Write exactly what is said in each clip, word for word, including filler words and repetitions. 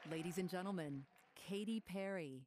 Ladies and gentlemen, Katy Perry.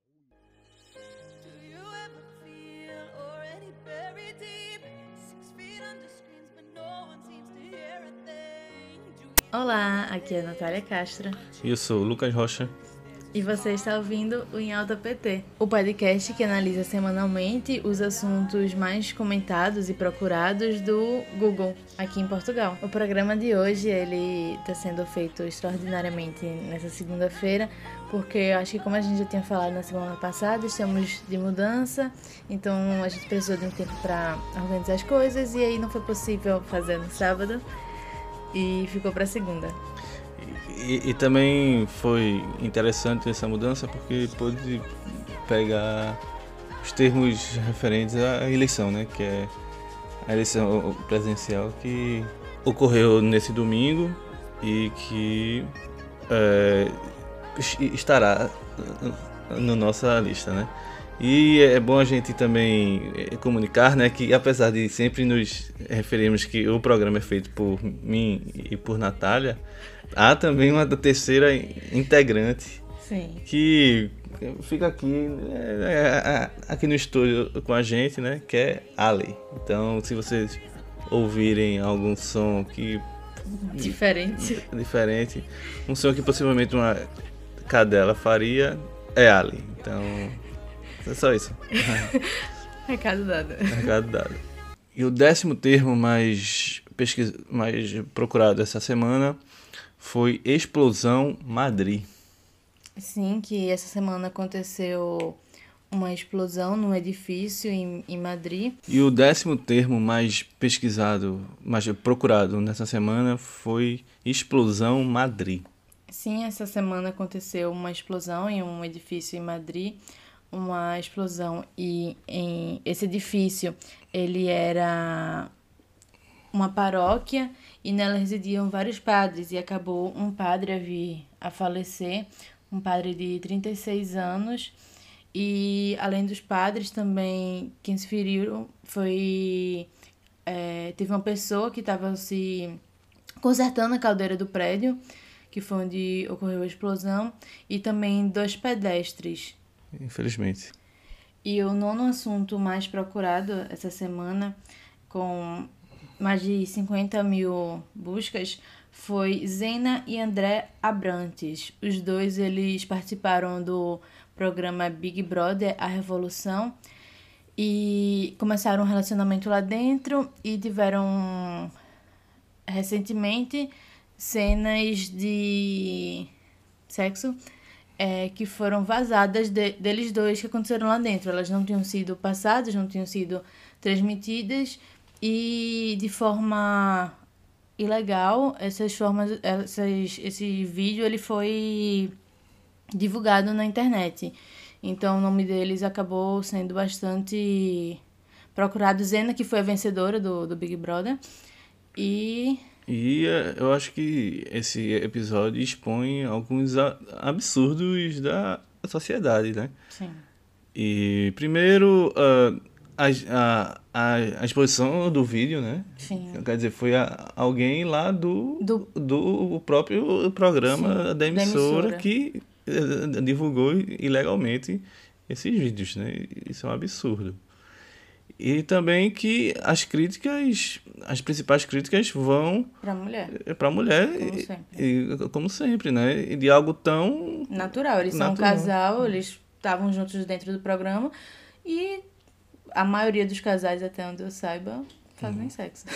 Do you ever feel already buried deep? Six feet under screens, but no one seems to hear a thing. Do you Olá, aqui é a Natália Castro E eu sou o Lucas Rocha. e você está ouvindo o Em Alta P T, o podcast que analisa semanalmente os assuntos mais comentados e procurados do Google aqui em Portugal. O programa de hoje ele está sendo feito extraordinariamente nessa segunda-feira, porque eu acho que, como a gente já tinha falado na semana passada, estamos de mudança, então a gente precisou de um tempo para organizar as coisas e aí não foi possível fazer no sábado e ficou para segunda. E, e também foi interessante essa mudança porque pôde pegar os termos referentes à eleição, né? Que é a eleição presidencial que ocorreu nesse domingo e que é, estará na nossa lista, né? E é bom a gente também comunicar, né, que apesar de sempre nos referirmos que o programa é feito por mim e por Natália, há também uma terceira integrante. Sim. Que fica aqui, é, aqui no estúdio com a gente, né, que é Ali. Então, se vocês ouvirem algum som que Diferente. diferente, um som que possivelmente uma cadela faria, é Ali. Então, é só isso. Recado dado. Recado dado. E o décimo termo mais, pesquis... mais procurado essa semana foi Explosão Madrid. Sim, que essa semana aconteceu uma explosão num edifício em, em Madrid. E o décimo termo mais pesquisado, mais procurado nessa semana foi Explosão Madrid. Sim, essa semana aconteceu uma explosão em um edifício em Madrid. Uma explosão e em esse edifício ele era uma paróquia e nela residiam vários padres e acabou um padre a vir a falecer, um padre de trinta e seis anos, e além dos padres também quem se feriu foi é, teve uma pessoa que estava se consertando a caldeira do prédio, que foi onde ocorreu a explosão, e também dois pedestres. Infelizmente. E o nono assunto mais procurado essa semana, com mais de cinquenta mil buscas, foi Zena e André Abrantes. Os dois eles participaram do programa Big Brother, A Revolução, e começaram um relacionamento lá dentro e tiveram recentemente cenas de sexo É, que foram vazadas de, deles dois que aconteceram lá dentro. Elas não tinham sido passadas, não tinham sido transmitidas e de forma ilegal essas formas, essas, esse vídeo ele foi divulgado na internet. Então o nome deles acabou sendo bastante procurado. Zena, que foi a vencedora do, do Big Brother, e... E eu acho que esse episódio expõe alguns absurdos da sociedade, né? Sim. E primeiro, uh, a, a, a, a exposição do vídeo, né? Sim. Quer dizer, foi a, alguém lá do, Do- do próprio programa Sim, da emissora, da emissora. que uh, divulgou ilegalmente esses vídeos, né? Isso é um absurdo. E também que as críticas, as principais críticas vão Pra mulher. para a mulher, Como e- sempre. e- como sempre, né? E de algo tão Natural, eles são um Natural. casal, eles estavam juntos dentro do programa e a maioria dos casais, até onde eu saiba, fazem sexo.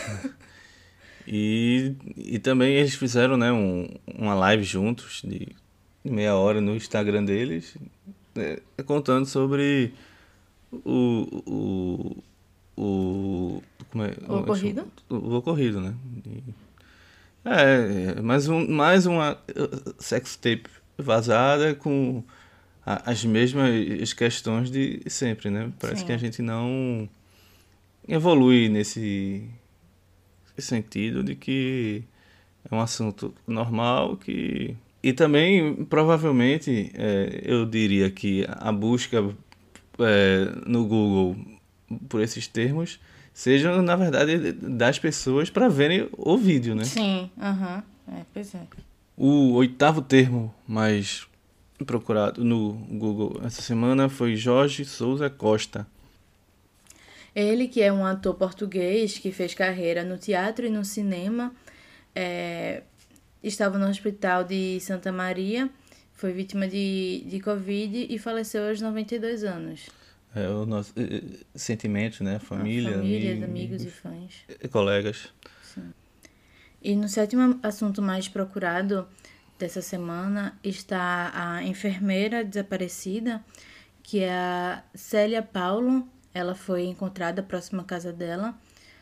E, e também eles fizeram, né, um, uma live juntos de meia hora no Instagram deles, né, contando sobre o, o, o, como é, O ocorrido? O, o ocorrido, né? E, é, mais, um, mais uma uh, sex tape vazada com a- as mesmas questões de sempre, né? Parece Sim. que a gente não evolui nesse sentido de que é um assunto normal que... E também, provavelmente, é, eu diria que a busca é, no Google por esses termos seja, na verdade, das pessoas para verem o vídeo, né? Sim, aham. É, pois é. O oitavo termo mais procurado no Google essa semana foi Jorge Souza Costa. Ele, que é um ator português que fez carreira no teatro e no cinema, é, estava no hospital de Santa Maria, foi vítima de, de Covid e faleceu aos noventa e dois anos. É, o nosso eh, sentimento, né? Família, Família, amigos, amigos e fãs. e colegas. E no sétimo assunto mais procurado dessa semana está a enfermeira desaparecida, que é a Célia Paulo. Ela foi encontrada próxima à casa dela,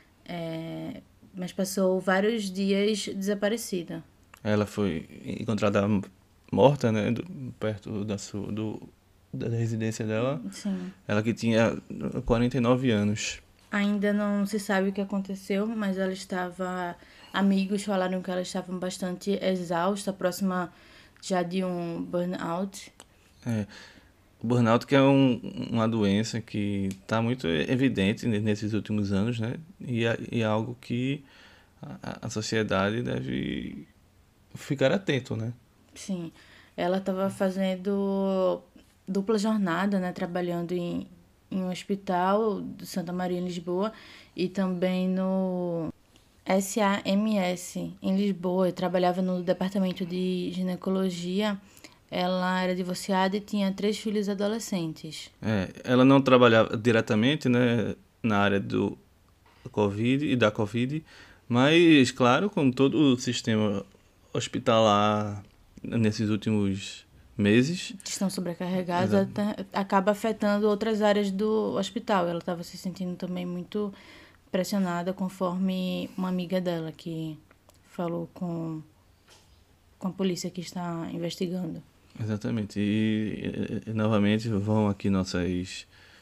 é, mas passou vários dias desaparecida. Ela foi encontrada morta, né? do- perto da, sua, do, da residência dela. Sim. Ela que tinha quarenta e nove anos. Ainda não se sabe o que aconteceu, mas ela estava... Amigos falaram que ela estava bastante exausta, próxima já de um burnout. É, o burnout que é um, uma doença que está muito evidente ne- nesses últimos anos, né? E é, e é algo que a, a sociedade deve ficar atento, né? Sim, ela estava fazendo dupla jornada, né? Trabalhando em, em um hospital de Santa Maria, em Lisboa, e também no S A M S, em Lisboa. Eu trabalhava no departamento de ginecologia. Ela era divorciada e tinha três filhos adolescentes. É, ela não trabalhava diretamente, né, na área do Covid e da Covid, mas, claro, como todo o sistema hospitalar nesses últimos meses, Que estão sobrecarregados, Exato. até- acaba afetando outras áreas do hospital. Ela estava se sentindo também muito pressionada, conforme uma amiga dela que falou com, com a polícia que está investigando. exatamente, e, e, novamente vão aqui nossas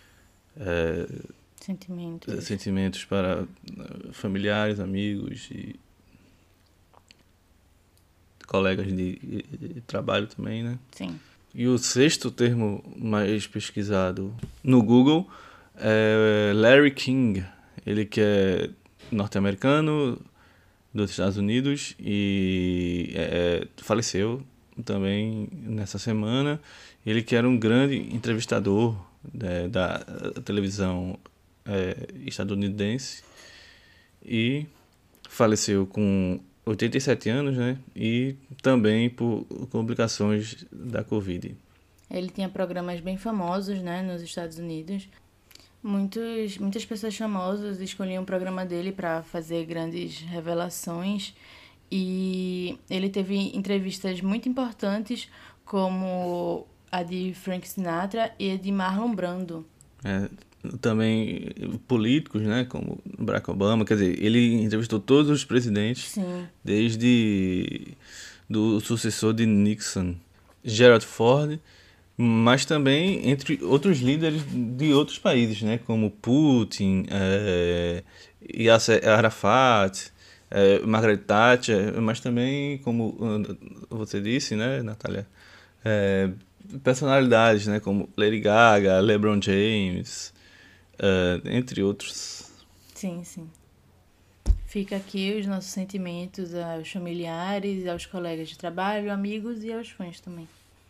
é, Sentimentos. sentimentos para eh, familiares, amigos e colegas de, de trabalho também, né? Sim. E o sexto termo mais pesquisado no Google é Larry King. Ele que é norte-americano dos Estados Unidos e é, faleceu também nessa semana. Ele que era um grande entrevistador, né, da televisão é, estadunidense e faleceu com oitenta e sete anos, né? E também por complicações da Covid. Ele tinha programas bem famosos, né, nos Estados Unidos. Muitos, muitas pessoas famosas escolhiam o programa dele para fazer grandes revelações. E ele teve entrevistas muito importantes, como a de Frank Sinatra e a de Marlon Brando. É, também políticos, né, como Barack Obama, quer dizer, ele entrevistou todos os presidentes, Sim, desde do sucessor de Nixon, Gerald Ford, mas também entre outros líderes de outros países, né, como Putin, é, Yasser Arafat, é, Margaret Thatcher, mas também, como você disse, né, Natália, é, personalidades, né, como Lady Gaga, LeBron James, uh, entre outros. sim, sim. Fica aqui os nossos sentimentos aos familiares, aos colegas de trabalho, amigos e aos fãs também.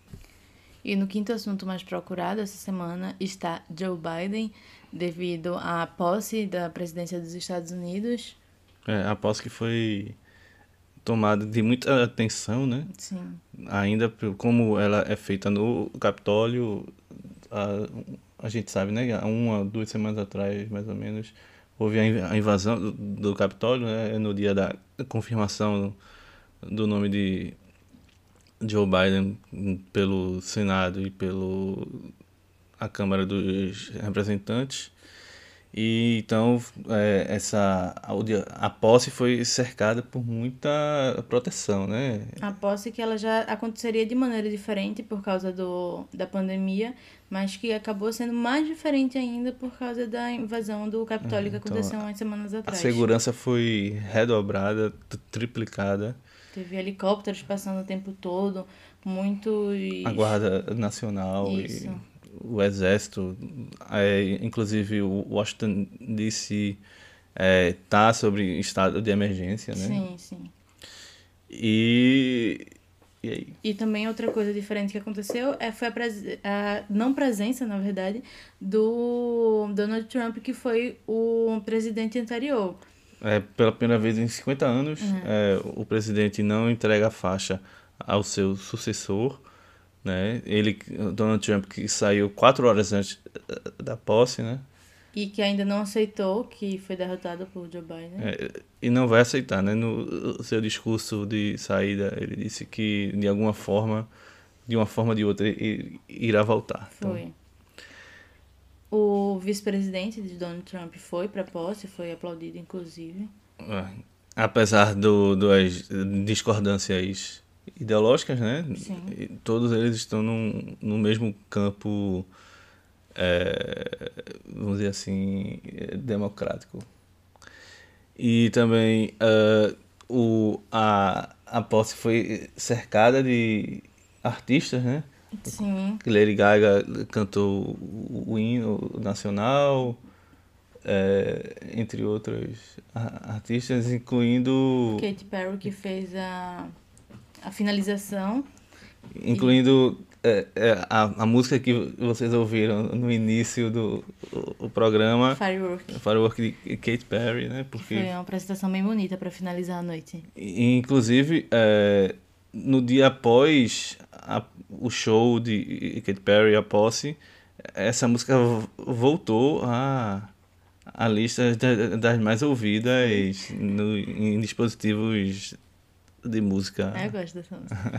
E no quinto assunto mais procurado essa semana está Joe Biden, devido à posse da presidência dos Estados Unidos. É, aposto que foi tomada de muita atenção, né? Sim, Ainda por- como ela é feita no Capitólio, a, a gente sabe, né? Há uma, duas semanas atrás, mais ou menos, houve a inv- a invasão do, do Capitólio, né? No dia da confirmação do nome de Joe Biden pelo Senado e pelo a Câmara dos Representantes. E então é, essa audia- a posse foi cercada por muita proteção, né? a posse que ela já aconteceria de maneira diferente por causa do, da pandemia, mas que acabou sendo mais diferente ainda por causa da invasão do Capitólio que então, aconteceu umas semanas A atrás. segurança foi redobrada, t- triplicada. Teve helicópteros passando o tempo todo, muitos... A Guarda Nacional Isso. e o Exército, é, inclusive o Washington D C está sobre estado de emergência, né? Sim, sim. E, E aí? E também outra coisa diferente que aconteceu é, foi a, pres- a não presença, na verdade, do Donald Trump, que foi o presidente anterior. É, pela primeira vez em cinquenta anos, é, o presidente não entrega a faixa ao seu sucessor, né? Ele, Donald Trump, que saiu quatro horas antes da posse, né? E que ainda não aceitou que foi derrotado por Joe Biden. É, e não vai aceitar, né? No seu discurso de saída, ele disse que de alguma forma, de uma forma ou de outra, i- irá voltar. Então, Foi. O vice-presidente de Donald Trump foi para a posse, foi aplaudido, inclusive. é, apesar do, das discordâncias ideológicas, né? Sim. E todos eles estão num, no mesmo campo, é, vamos dizer assim, é, democrático. E também eh, o, a, a posse foi cercada de artistas, né? Sim. Lady Gaga cantou o, o hino nacional, eh, entre outros a- artistas, incluindo, Katy Perry que fez a, a finalização. incluindo eh, eh, a, a música que vocês ouviram no início do o, o programa, Firework. Firework de Katy Perry, né? Porque Foi uma apresentação bem bonita para finalizar a noite. E, inclusive, é, no dia após a- o show de Katy Perry, a posse, essa música vo- voltou à à lista da- das mais ouvidas no, em dispositivos de música. Ah, eu gosto dessa música.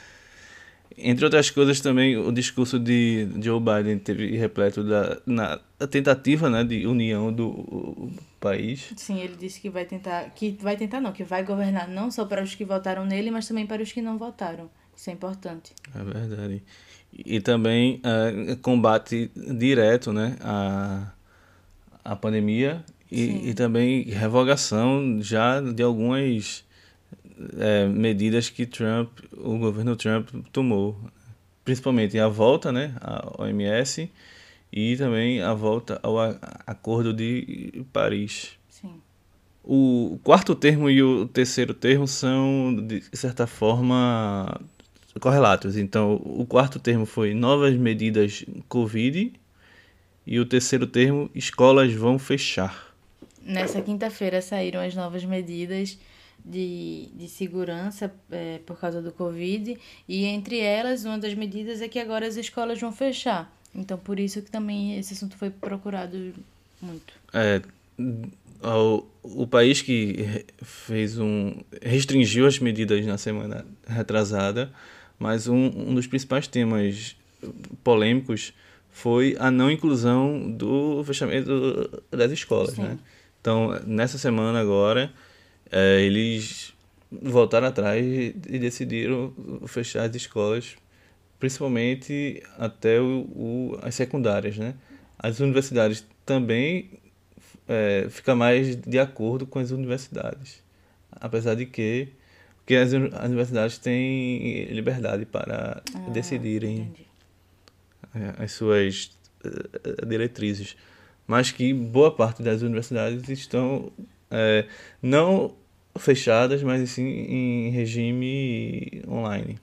Entre outras coisas também, o discurso de Joe Biden teve repleto da na, a tentativa, né, de união do país. Sim, ele disse que vai tentar, que vai tentar não, que vai governar não só para os que votaram nele, mas também para os que não votaram. Isso é importante. É verdade. E também eh, combate direto, né, a, a pandemia Sim. e, e também revogação já de algumas eh, medidas que Trump, o governo Trump tomou. Principalmente a volta, né, à O M S e também a volta ao a- Acordo de Paris. Sim. O quarto termo e o terceiro termo são, de certa forma, correlatos. Então, o quarto termo foi novas medidas Covid e o terceiro termo, escolas vão fechar. Nessa quinta-feira saíram as novas medidas de, de segurança eh, por causa do Covid, e entre elas, uma das medidas é que agora as escolas vão fechar. Então, por isso que também esse assunto foi procurado muito. É, o, o país que re- fez um restringiu as medidas na semana retrasada, mas um, um dos principais temas polêmicos foi a não inclusão do fechamento das escolas, Sim. né? Então, nessa semana agora, eh, eles voltaram atrás e e decidiram fechar as escolas, principalmente até o, o- as secundárias, né? As universidades também é, fica mais de acordo com as universidades, apesar de que, que as, uni- as universidades têm liberdade para Ah, decidirem entendi. é, as suas eh, diretrizes, mas que boa parte das universidades estão é, não fechadas, mas sim em regime online.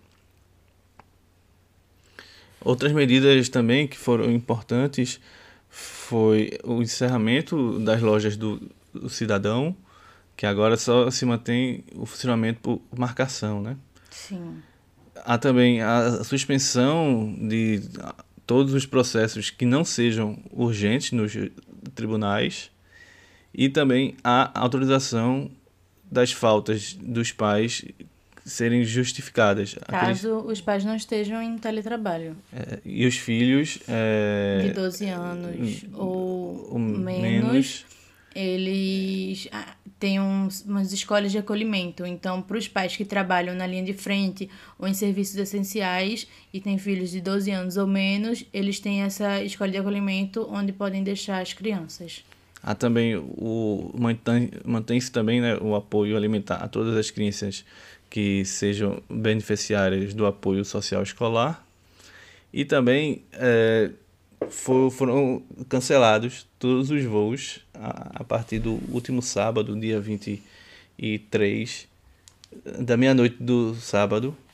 Outras medidas também que foram importantes foi o encerramento das lojas do, do cidadão, que agora só se mantém o funcionamento por marcação, né? Sim. Há também a suspensão de todos os processos que não sejam urgentes nos tribunais e também a autorização das faltas dos pais serem justificadas. Aqueles- Caso os pais não estejam em teletrabalho. é, e os filhos é, De doze anos ou o menos, eles ah, têm uns, umas escolas de acolhimento. Então, para os pais que trabalham na linha de frente ou em serviços essenciais e têm filhos de doze anos ou menos, eles têm essa escola de acolhimento onde podem deixar as crianças. Há também o mantém, mantém-se também, né, o apoio alimentar a todas as crianças que sejam beneficiárias do apoio social escolar. E também é, for, foram cancelados todos os voos a, a partir do último sábado, dia vinte e três, da meia-noite do sábado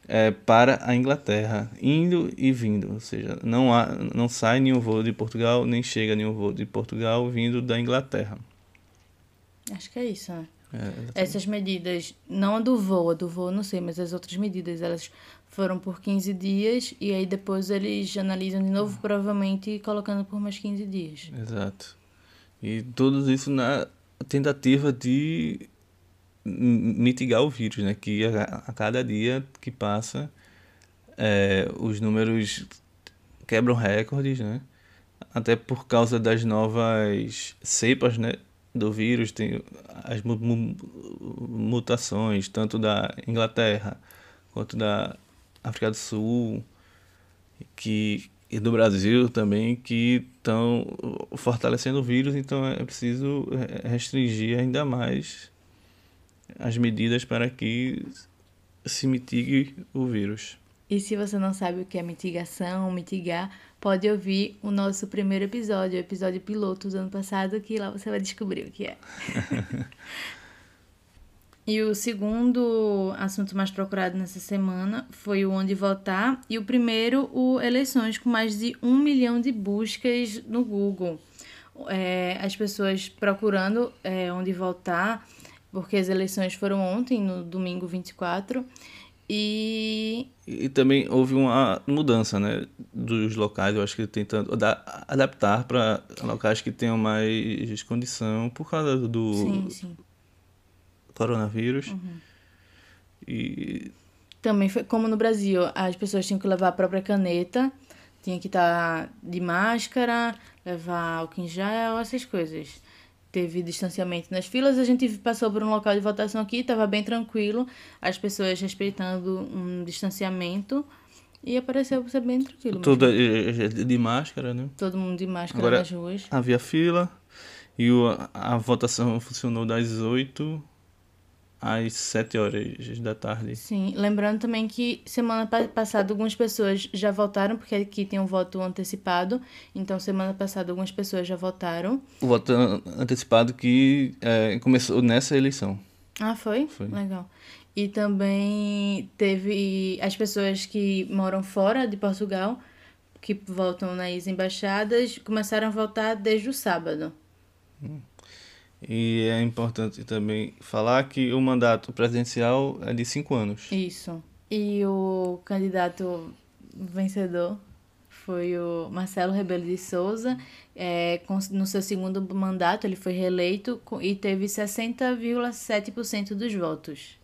é, para a Inglaterra, indo e vindo, ou seja, não, há, não sai nenhum voo de Portugal, nem chega nenhum voo de Portugal vindo da Inglaterra. Acho que é isso, né? É, exatamente. Essas medidas, não a do voo, a do voo não sei, mas as outras medidas, elas foram por quinze dias e aí depois eles analisam de novo, provavelmente colocando por mais quinze dias. Exato. E tudo isso na tentativa de m- mitigar o vírus, né? Que a, a cada dia que passa, é, os números quebram recordes, né? Até por causa das novas cepas, né, do vírus, tem as mu- mu- mutações, tanto da Inglaterra quanto da África do Sul, que, e do Brasil também, que estão fortalecendo o vírus, então é preciso eh, restringir ainda mais as medidas para que se mitigue o vírus. E se você não sabe o que é mitigação, mitigar, pode ouvir o nosso primeiro episódio, o episódio piloto do ano passado, que lá você vai descobrir o que é. E o segundo assunto mais procurado nessa semana foi o Onde Votar, e o primeiro, o Eleições, com mais de um milhão de buscas no Google. É, as pessoas procurando é, onde votar, porque as eleições foram ontem, no domingo vinte e quatro, e E também houve uma mudança, né, dos locais, eu acho que tentando ada- adaptar para locais que tenham mais condição por causa do sim, sim. coronavírus. E Também foi como no Brasil, as pessoas tinham que levar a própria caneta, tinha que estar de máscara, levar álcool em gel, essas coisas. Teve distanciamento nas filas, a gente passou por um local de votação aqui, estava bem tranquilo, as pessoas respeitando um distanciamento e apareceu ser bem tranquilo. tudo mesmo. é- é de máscara, né? Todo mundo de máscara Agora- nas ruas. Havia fila e o, a votação funcionou das oito às sete horas da tarde. Sim, lembrando também que semana pa- passada algumas pessoas já votaram, porque aqui tem um voto antecipado, então semana passada algumas pessoas já votaram. O voto an- antecipado que é, começou nessa eleição. Ah, foi? Foi. Legal. E também teve as pessoas que moram fora de Portugal, que votam nas embaixadas, começaram a votar desde o sábado. E é importante também falar que o mandato presidencial é de cinco anos. Isso. E o candidato vencedor foi o Marcelo Rebelo de Souza. É, com- no seu segundo mandato, ele foi reeleito com- e teve sessenta vírgula sete por cento dos votos.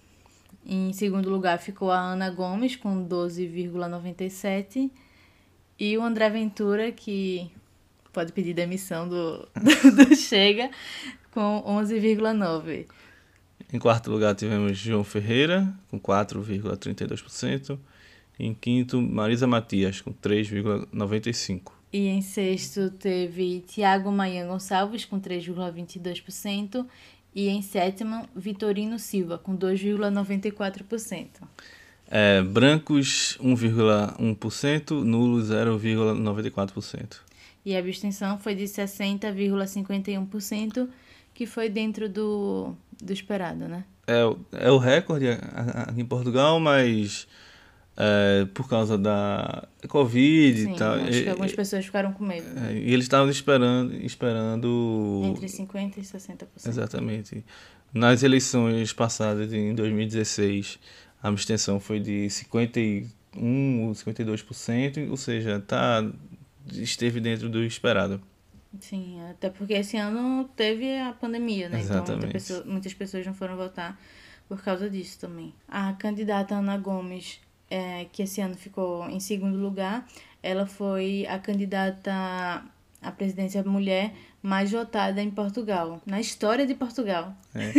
Em segundo lugar ficou a Ana Gomes, com doze vírgula noventa e sete por cento. E o André Ventura, que pode pedir demissão do, do, do Chega, com onze vírgula nove por cento. Em quarto lugar tivemos João Ferreira, com quatro vírgula trinta e dois por cento. Em quinto, Marisa Matias, com três vírgula noventa e cinco por cento. E em sexto teve Tiago Maia Gonçalves, com três vírgula vinte e dois por cento. E em sétimo, Vitorino Silva, com dois vírgula noventa e quatro por cento. É, brancos, um vírgula um por cento. Nulos, zero vírgula noventa e quatro por cento. E a abstenção foi de sessenta vírgula cinquenta e um por cento, que foi dentro do, do esperado, né? É, o- é o recorde a- a- aqui em Portugal, mas é, por causa da Covid Sim, e tal. acho e, que algumas pessoas ficaram com medo. é, e eles estavam esperando, esperando Entre cinquenta por cento e sessenta por cento. exatamente. Nas eleições passadas, em dois mil e dezesseis, a abstenção foi de cinquenta e um, cinquenta e dois por cento, ou seja, tá, esteve dentro do esperado. Sim, até porque esse ano teve a pandemia, né? Então Exatamente. muita pessoa- muitas pessoas não foram votar por causa disso também. A candidata Ana Gomes, é, que esse ano ficou em segundo lugar, ela foi a candidata à presidência mulher mais votada em Portugal, na história de Portugal.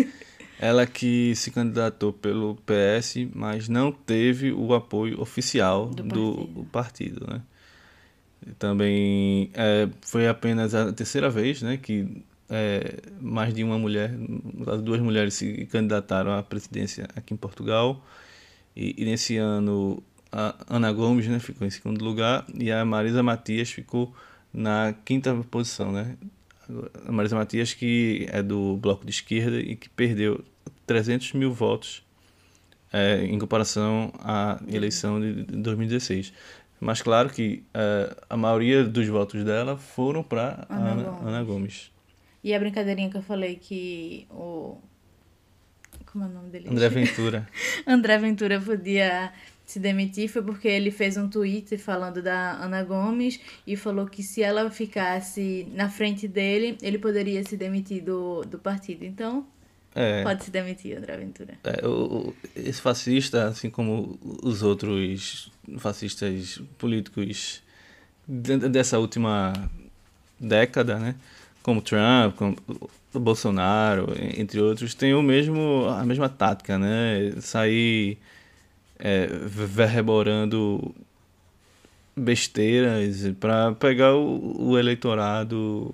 Ela que se candidatou pelo P S, mas não teve o apoio oficial Do do partido. partido, né? E também é, foi apenas a terceira vez, né, que é, mais de uma mulher, no caso, duas mulheres se candidataram à presidência aqui em Portugal. E, e nesse ano a Ana Gomes, né, ficou em segundo lugar e a Marisa Matias ficou na quinta posição, né? A Marisa Matias, que é do Bloco de Esquerda e que perdeu trezentos mil votos é, em comparação à eleição de dois mil e dezesseis. Mas claro que é, a maioria dos votos dela foram para Ana Ana, Gomes. Ana Gomes. E a brincadeirinha que eu falei que o... Como é o nome dele? André Ventura. André Ventura podia se demitir foi porque ele fez um tweet falando da Ana Gomes e falou que se ela ficasse na frente dele, ele poderia se demitir do, do partido. Então, É, pode se demitir, André Ventura. é, o, o- esse fascista, assim como os outros fascistas políticos de- dessa última década, né? Como Trump, como o Bolsonaro, entre outros, tem o mesmo, a mesma tática, né? Sair é, verreborando besteiras para pegar o, o eleitorado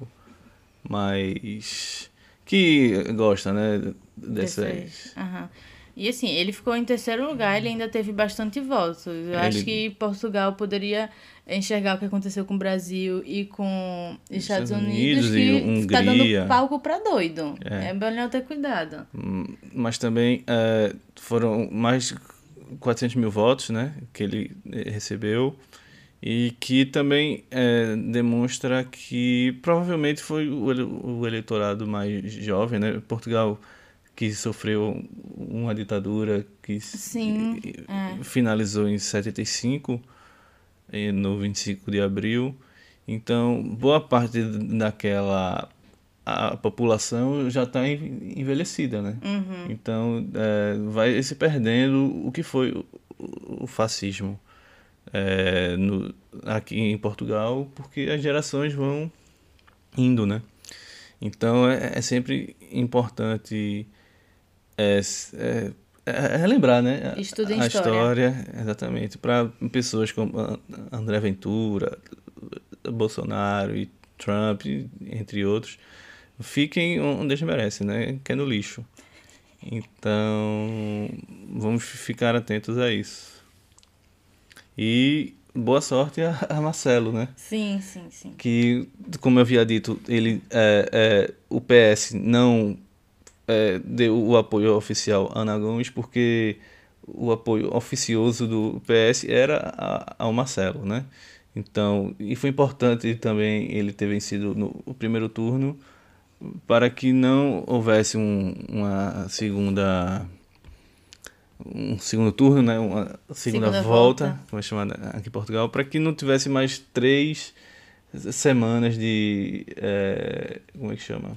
mais que gosta, né? Dessas. Dessas- Aham. E assim, ele ficou em terceiro lugar, ele ainda teve bastante votos. Eu Ele- acho que Portugal poderia enxergar o que aconteceu com o Brasil e com os Estados Estados Unidos, Unidos que e tá Hungria. dando palco pra doido. É. É melhor ter cuidado. Hum, Mas também é, foram mais de quatrocentos mil votos, né, que ele eh, recebeu, e que também é, demonstra que provavelmente foi o, ele- o eleitorado mais jovem, né? Portugal, que sofreu uma ditadura que s- Sim, e- é. finalizou em setenta e cinco, eh, no vinte e cinco de abril. Então, boa parte daquela a população já está envelhecida, né? Uhum. Então, é, vai se perdendo o que foi o, o fascismo é, no, aqui em Portugal, porque as gerações vão indo, né? Então, é, é sempre importante é, s- é, é relembrar, né? a- Estuda em a história. história, exatamente, para pessoas como a- André Ventura, Bolsonaro e Trump, entre outros, fiquem onde eles merecem, né? Que é no lixo. Então, vamos ficar atentos a isso. E boa sorte a, a Marcelo, né? Sim, sim, sim. Que, como eu havia dito, ele, é, é, o P S não é, deu o apoio oficial a Ana Gomes porque o apoio oficioso do P S era a- ao Marcelo, né? Então, e foi importante também ele ter vencido no o primeiro turno para que não houvesse um, uma segunda um segundo turno, né, uma segunda, Segunda volta, volta. como é chamada aqui em Portugal, para que não tivesse mais três semanas de eh, como é que chama?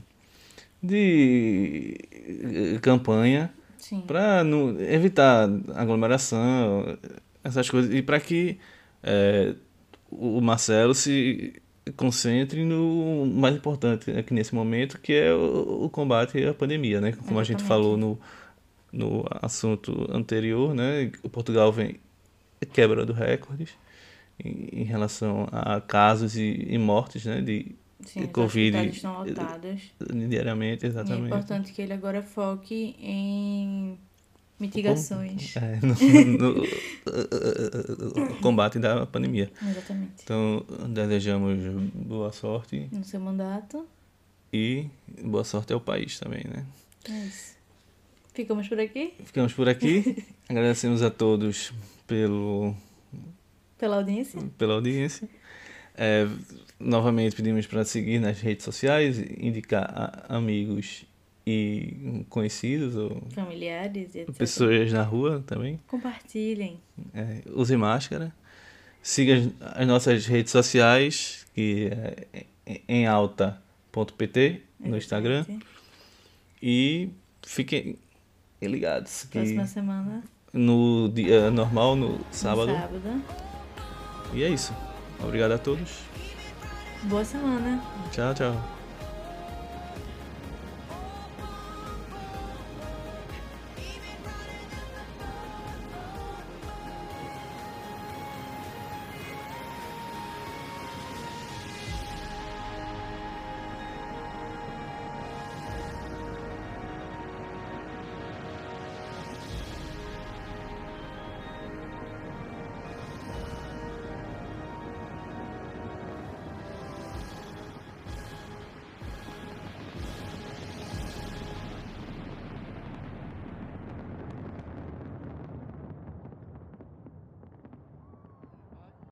De eh, campanha Sim. para evitar aglomeração, essas coisas, e para que eh, o Marcelo se concentre no mais importante aqui nesse momento, que é o, o combate à pandemia, né? Como a gente Exatamente. falou no, no assunto anterior, né? O Portugal vem quebrando recordes em, em relação a casos e, e mortes, né? De Sim, os Covid hospitais estão lotados. diariamente, E é exatamente. importante que ele agora foque em mitigações. É, no, no- no combate da pandemia. Exatamente. Então, desejamos boa sorte No seu mandato. e boa sorte ao país também, né? É isso. Ficamos por aqui. Ficamos por aqui. Agradecemos a todos pelo, Pela audiência. pela audiência. É, novamente pedimos para seguir nas redes sociais, indicar a amigos e conhecidos ou Familiares e etcétera. pessoas na rua também. Compartilhem. É, use máscara. Siga as, as nossas redes sociais, que é em alta ponto pt no Instagram. Exatamente. E fiquem ligados que Próxima semana. no dia normal, no no sábado. sábado. E é isso. Obrigado a todos. Boa semana. Tchau, tchau.